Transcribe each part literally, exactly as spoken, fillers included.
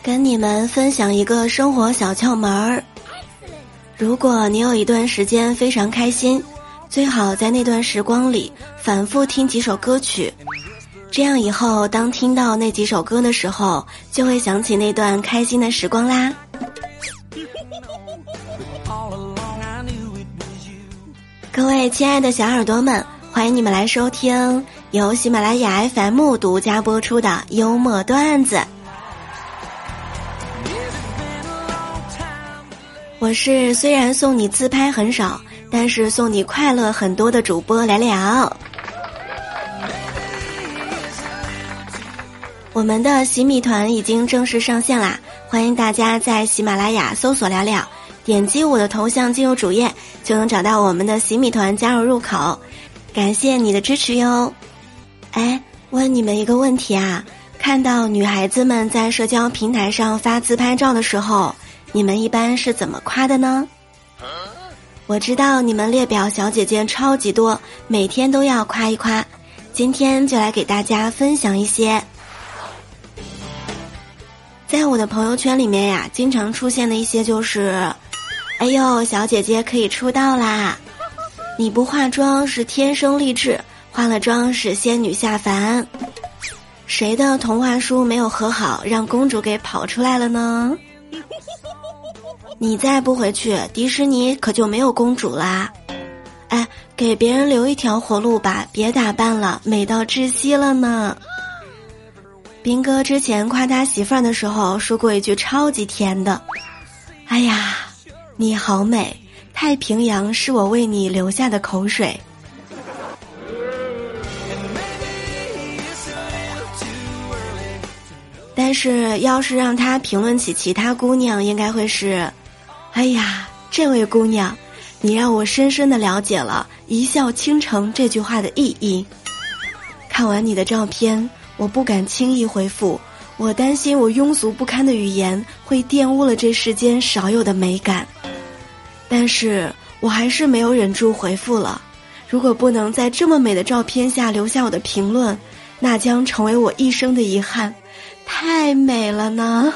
跟你们分享一个生活小窍门儿。如果你有一段时间非常开心，最好在那段时光里反复听几首歌曲，这样以后当听到那几首歌的时候，就会想起那段开心的时光啦。各位亲爱的小耳朵们，欢迎你们来收听由喜马拉雅 F M 独家播出的幽默段子。我是虽然送你自拍很少，但是送你快乐很多的主播聊聊。我们的喜米团已经正式上线啦，欢迎大家在喜马拉雅搜索聊聊，点击我的头像进入主页，就能找到我们的喜米团加入入口。感谢你的支持哟。哎，问你们一个问题啊，看到女孩子们在社交平台上发自拍照的时候，你们一般是怎么夸的呢？我知道你们列表小姐姐超级多，每天都要夸一夸，今天就来给大家分享一些。在我的朋友圈里面呀，经常出现的一些就是哎呦，小姐姐可以出道啦，你不化妆是天生丽质，化了妆是仙女下凡，谁的童话书没有合好，让公主给跑出来了呢？你再不回去，迪士尼可就没有公主啦。哎，给别人留一条活路吧，别打扮了，美到窒息了呢。斌哥之前夸他媳妇儿的时候说过一句超级甜的，哎呀，你好美，太平洋是我为你留下的口水。但是要是让他评论起其他姑娘，应该会是，哎呀，这位姑娘，你让我深深地了解了一笑倾城这句话的意义。看完你的照片，我不敢轻易回复，我担心我庸俗不堪的语言会玷污了这世间少有的美感。但是我还是没有忍住回复了，如果不能在这么美的照片下留下我的评论，那将成为我一生的遗憾。太美了呢。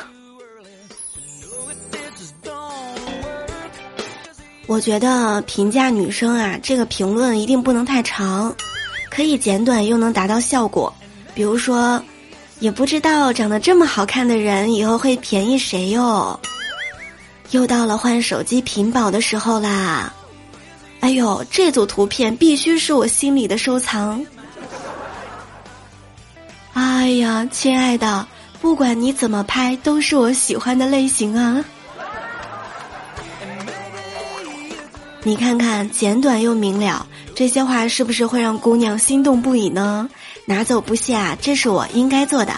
我觉得评价女生啊，这个评论一定不能太长，可以简短又能达到效果。比如说，也不知道长得这么好看的人以后会便宜谁哟。又到了换手机屏保的时候啦，哎呦，这组图片必须是我心里的收藏。哎呀，亲爱的，不管你怎么拍，都是我喜欢的类型啊。你看看，简短又明了，这些话是不是会让姑娘心动不已呢？拿走不下，这是我应该做的。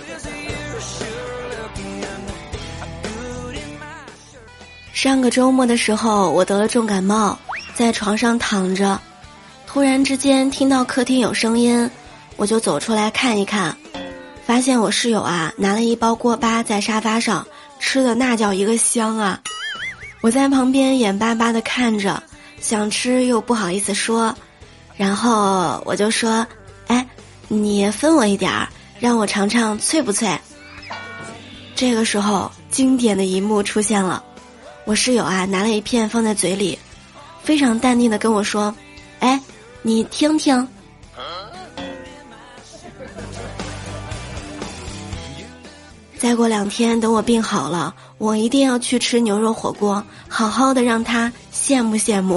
上个周末的时候，我得了重感冒，在床上躺着，突然之间听到客厅有声音，我就走出来看一看，发现我室友啊拿了一包锅巴在沙发上吃的那叫一个香啊。我在旁边眼巴巴地看着，想吃又不好意思说，然后我就说，哎，你分我一点儿，让我尝尝脆不脆。这个时候经典的一幕出现了，我室友啊拿了一片放在嘴里，非常淡定地跟我说，哎，你听听。再过两天等我病好了，我一定要去吃牛肉火锅，好好的让他羡慕羡慕。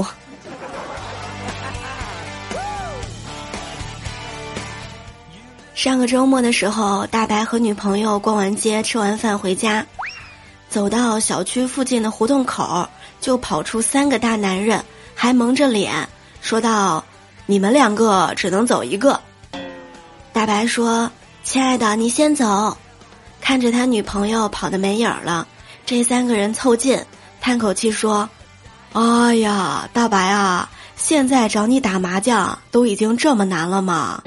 上个周末的时候，大白和女朋友逛完街吃完饭回家，走到小区附近的胡同口，就跑出三个大男人，还蒙着脸说道，你们两个只能走一个。大白说，亲爱的，你先走。看着他女朋友跑得没影儿了，这三个人凑近，叹口气说，哎呀，大白啊，现在找你打麻将都已经这么难了吗？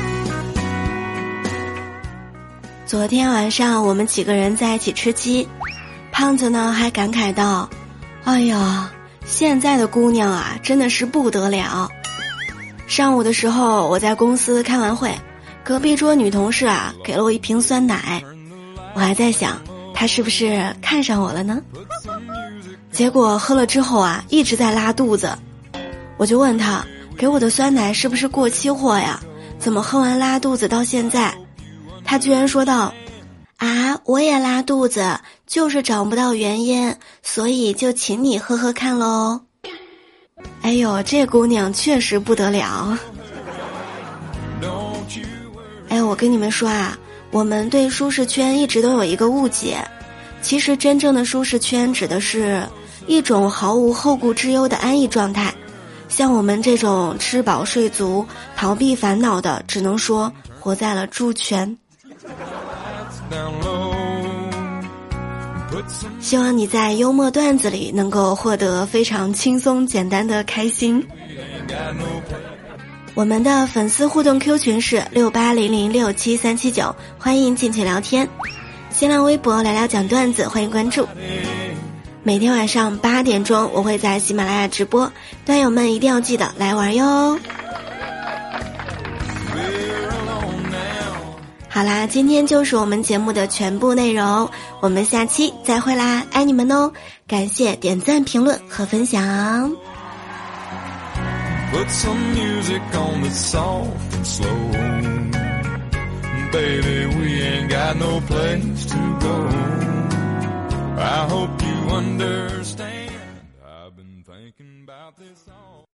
昨天晚上我们几个人在一起吃鸡， 胖子呢还感慨道：哎呀，现在的姑娘啊真的是不得了。上午的时候我在公司开完会，隔壁桌女同事啊给了我一瓶酸奶，我还在想她是不是看上我了呢？结果喝了之后啊一直在拉肚子，我就问她给我的酸奶是不是过期货呀？怎么喝完拉肚子到现在？她居然说道：啊，我也拉肚子，就是找不到原因，所以就请你喝喝看喽。哎呦，这姑娘确实不得了。哎，我跟你们说啊，我们对舒适圈一直都有一个误解，其实真正的舒适圈指的是一种毫无后顾之忧的安逸状态。像我们这种吃饱睡足、逃避烦恼的，只能说活在了猪圈。希望你在幽默段子里能够获得非常轻松简单的开心。我们的粉丝互动 Q 群是六八零零六七三七九，欢迎进群聊天。新浪微博聊聊讲段子，欢迎关注。每天晚上八点钟我会在喜马拉雅直播，段友们一定要记得来玩哟。好啦，今天就是我们节目的全部内容，我们下期再会啦，爱你们哦！感谢点赞、评论和分享。Put some music on that's soft and slow. Baby, we ain't got no place to go. I hope you understand. I've been thinking about this all